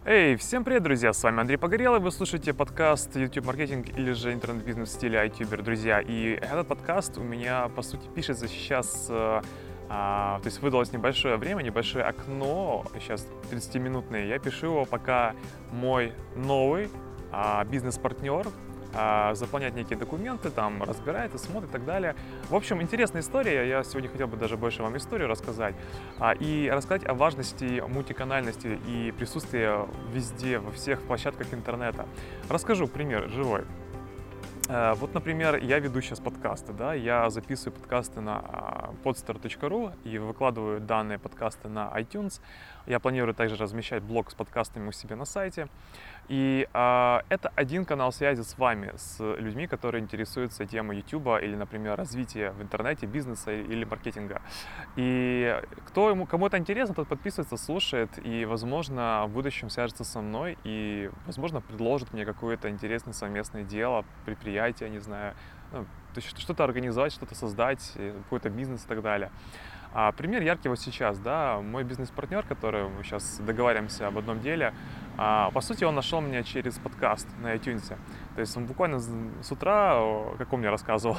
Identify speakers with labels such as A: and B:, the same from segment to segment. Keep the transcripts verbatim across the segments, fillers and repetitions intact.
A: Эй, всем привет, друзья! С вами Андрей Погорелый, вы слушаете подкаст YouTube маркетинг или же интернет-бизнес в стиле айтюбер, друзья. И этот подкаст у меня, по сути, пишется сейчас, э, а, то есть выдалось небольшое время, небольшое окно, сейчас тридцатиминутное. Я пишу его, пока мой новый а, бизнес-партнер а, заполняет некие документы, там разбирает и смотрит и так далее. В общем, интересная история. Я сегодня хотел бы даже больше вам историю рассказать а, и рассказать о важности мультиканальности и присутствия везде, во всех площадках интернета. Расскажу пример живой. Э, Вот, например, я веду сейчас подкасты, да, я записываю подкасты на podster точка ru и выкладываю данные подкасты на iTunes. Я планирую также размещать блог с подкастами у себя на сайте. И а, это один канал связи с вами, с людьми, которые интересуются темой YouTube или, например, развития в интернете, бизнеса или маркетинга. И кто ему, кому это интересно, тот подписывается, слушает и, возможно, в будущем свяжется со мной и, возможно, предложит мне какое-то интересное совместное дело, предприятие, не знаю, ну, то есть что-то организовать, что-то создать, какой-то бизнес и так далее. А пример яркий вот сейчас, да, мой бизнес-партнер, который мы сейчас договариваемся об одном деле, а, по сути, он нашел меня через подкаст на iTunes. То есть он буквально с утра, как он мне рассказывал,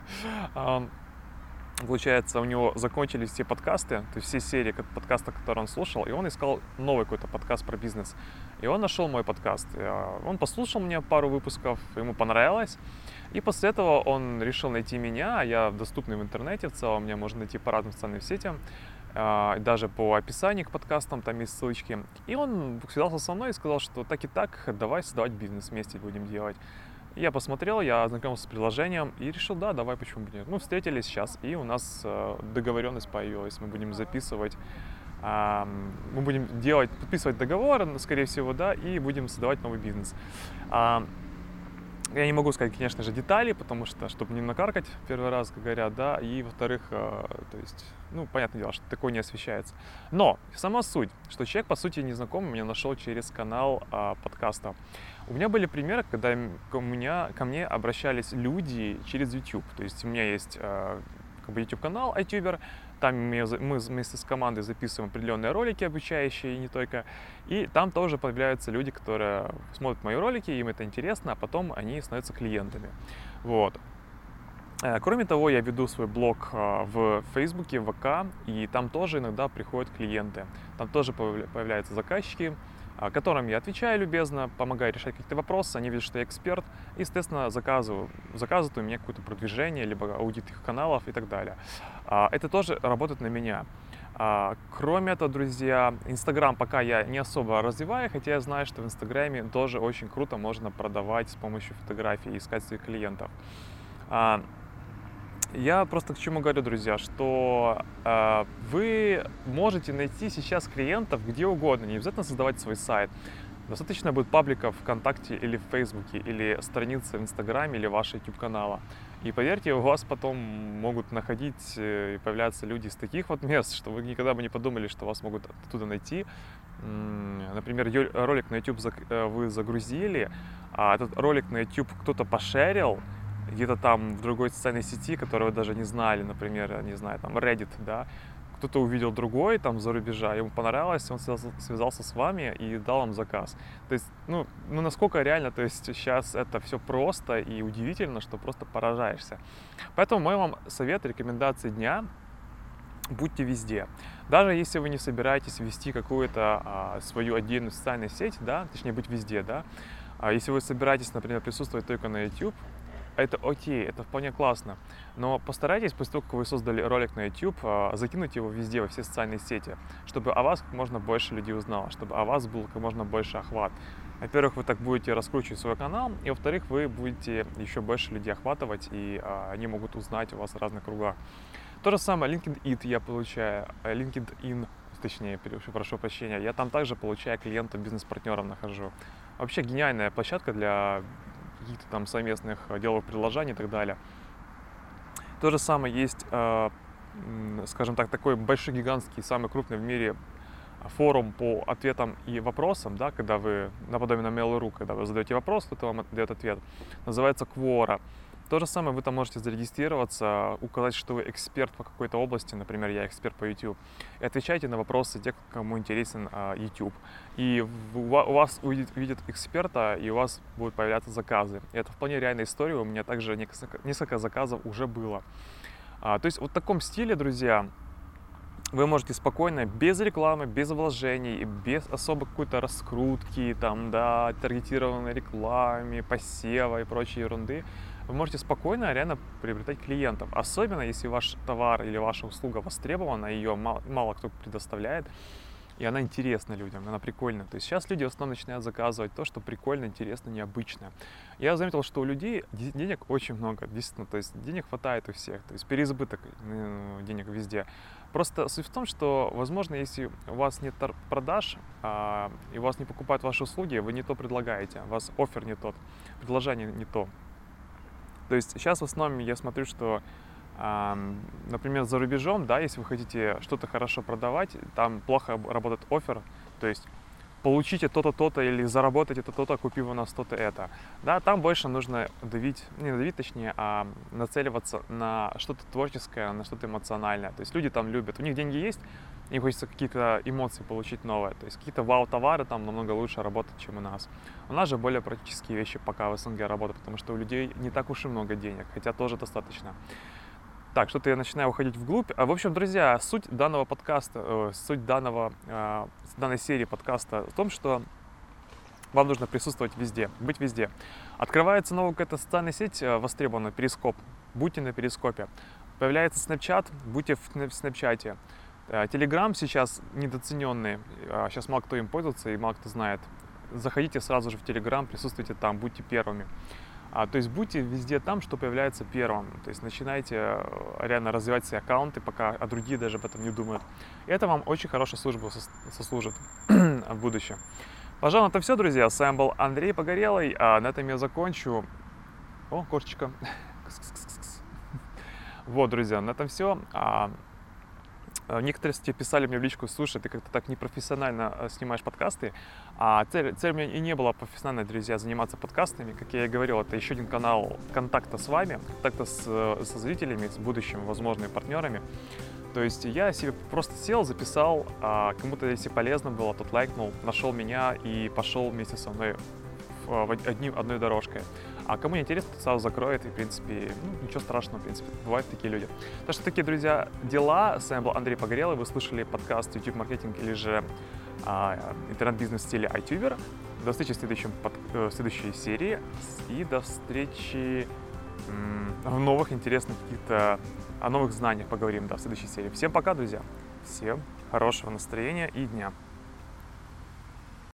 A: получается, у него закончились все подкасты, то есть все серии подкастов, которые он слушал, и он искал новый какой-то подкаст про бизнес. И он нашел мой подкаст. Он послушал мне пару выпусков, ему понравилось. И после этого он решил найти меня. Я доступный в интернете в целом, меня можно найти по разным социальным сетям. Даже по описанию к подкастам там есть ссылочки. И он связался со мной и сказал, что так и так, давай создавать бизнес вместе будем делать. Я посмотрел, я ознакомился с приложением и решил, да, давай, почему бы нет. Мы встретились сейчас, и у нас договоренность появилась. Мы будем записывать, мы будем делать, подписывать договор, скорее всего, да, и будем создавать новый бизнес. Я не могу сказать, конечно же, детали, потому что, чтобы не накаркать первый раз, как говорят, да, и, во-вторых, э, то есть, ну, понятное дело, что такое не освещается. Но сама суть, что человек, по сути, незнакомый, меня нашел через канал э, подкаста. У меня были примеры, когда ко, меня, ко мне обращались люди через YouTube. То есть у меня есть э, как бы YouTube-канал айтюбер, там мы вместе с командой записываем определенные ролики обучающие, и не только. И там тоже появляются люди, которые смотрят мои ролики, им это интересно, а потом они становятся клиентами. Вот. Кроме того, я веду свой блог в Фейсбуке, в ВК, и там тоже иногда приходят клиенты. Там тоже появляются заказчики, которым я отвечаю любезно, помогаю решать какие-то вопросы, они видят, что я эксперт, и, естественно, заказываю, заказывают у меня какое-то продвижение, либо аудит их каналов и так далее. Это тоже работает на меня. Кроме этого, друзья, Инстаграм пока я не особо развиваю, хотя я знаю, что в Инстаграме тоже очень круто можно продавать с помощью фотографий и искать своих клиентов. Я просто к чему говорю, друзья, что э, вы можете найти сейчас клиентов где угодно, не обязательно создавать свой сайт. Достаточно будет паблика ВКонтакте или в Фейсбуке, или страницы в Инстаграме, или вашего YouTube-канала. И поверьте, у вас потом могут находить и появляться люди из таких вот мест, что вы никогда бы не подумали, что вас могут оттуда найти. Например, ролик на YouTube вы загрузили, а этот ролик на YouTube кто-то пошерил, где-то там в другой социальной сети, которую вы даже не знали, например, не знаю, там Reddit, да, кто-то увидел другой там за рубежа, ему понравилось, он связался с вами и дал вам заказ. То есть, ну, ну насколько реально, то есть сейчас это все просто и удивительно, что просто поражаешься. Поэтому мой вам совет, рекомендации дня: будьте везде. Даже если вы не собираетесь вести какую-то а, свою отдельную социальную сеть, да, точнее быть везде, да, а если вы собираетесь, например, присутствовать только на YouTube, это окей, это вполне классно, но постарайтесь после того, как вы создали ролик на YouTube, закинуть его везде, во все социальные сети, чтобы о вас как можно больше людей узнало, чтобы о вас был как можно больше охват. Во-первых, вы так будете раскручивать свой канал, и во-вторых, вы будете еще больше людей охватывать, и а, они могут узнать о вас в разных кругах. То же самое LinkedIn я получаю, LinkedIn, точнее, прошу прощения, я там также получаю клиентов, бизнес-партнеров нахожу. Вообще гениальная площадка для каких-то там совместных деловых предложений и так далее. То же самое есть, э, скажем так, такой большой, гигантский, самый крупный в мире форум по ответам и вопросам, да, когда вы, наподобие на Mail точка ru, когда вы задаете вопрос, кто-то вам дает ответ, называется Quora. То же самое вы там можете зарегистрироваться, указать, что вы эксперт по какой-то области, например, я эксперт по YouTube, и отвечайте на вопросы тех, кому интересен а, YouTube. И в, у вас увидят, увидят эксперта, и у вас будут появляться заказы. И это вполне реальная история, у меня также несколько, несколько заказов уже было. А, то есть вот в таком стиле, друзья, вы можете спокойно, без рекламы, без вложений, без особо какой-то раскрутки, там, да, таргетированной рекламе, посева и прочей ерунды, вы можете спокойно реально приобретать клиентов. Особенно, если ваш товар или ваша услуга востребована, ее мало, мало кто предоставляет, и она интересна людям, она прикольная. То есть сейчас люди в основном начинают заказывать то, что прикольно, интересно, необычно. Я заметил, что у людей денег очень много, действительно, то есть денег хватает у всех, то есть переизбыток денег везде. Просто суть в том, что, возможно, если у вас нет продаж, а, и у вас не покупают ваши услуги, вы не то предлагаете, у вас оффер не тот, предложение не то. То есть сейчас в основном я смотрю, что, а, например, за рубежом, да, если вы хотите что-то хорошо продавать, там плохо работает оффер, то есть получите то-то, то-то или заработайте то-то, то-то, купив у нас то-то, это. Да, там больше нужно давить, не давить точнее, а нацеливаться на что-то творческое, на что-то эмоциональное. То есть люди там любят, у них деньги есть, им хочется какие-то эмоции получить новые. То есть какие-то вау-товары там намного лучше работают, чем у нас. У нас же более практические вещи пока в СНГ работают, потому что у людей не так уж и много денег, хотя тоже достаточно. Так, что-то я начинаю уходить вглубь. В общем, друзья, суть данного подкаста, э, суть данного, э, данной серии подкаста в том, что вам нужно присутствовать везде, быть везде. Открывается новая какая-то социальная сеть, э, востребованная, Перископ. Будьте на Перископе. Появляется Snapchat, будьте в, в Snapchat. Telegram сейчас недооцененный, сейчас мало кто им пользуется и мало кто знает. Заходите сразу же в Telegram, присутствуйте там, будьте первыми. А, то есть будьте везде там, что появляется первым. То есть начинайте реально развивать свои аккаунты, пока а другие даже об этом не думают. И это вам очень хорошую службу сослужит в будущем. Пожалуй, это все, друзья. С вами был Андрей Погорелый. А на этом я закончу. О, кошечка. Вот, друзья, на этом все. Некоторые кстати, писали мне в личку: слушай, ты как-то так непрофессионально снимаешь подкасты. А цель, цель у меня и не была профессионально, друзья, заниматься подкастами. Как я и говорил, это еще один канал контакта с вами, контакта с, со зрителями, с будущими возможными партнерами. То есть я себе просто сел, записал, а кому-то, если полезно было, тот лайкнул, нашел меня и пошел вместе со мной в, в одни, одной дорожкой. А кому не интересно, то сразу закроет, и, в принципе, ну, ничего страшного, в принципе, бывают такие люди. Так что такие, друзья, дела. С вами был Андрей Погорелый, вы слышали подкаст YouTube маркетинг или же а, интернет-бизнес в стиле iTuber. До встречи в, следующем, под, в следующей серии и до встречи м, в новых интересных каких-то, о новых знаниях поговорим, да, в следующей серии. Всем пока, друзья, всем хорошего настроения и дня.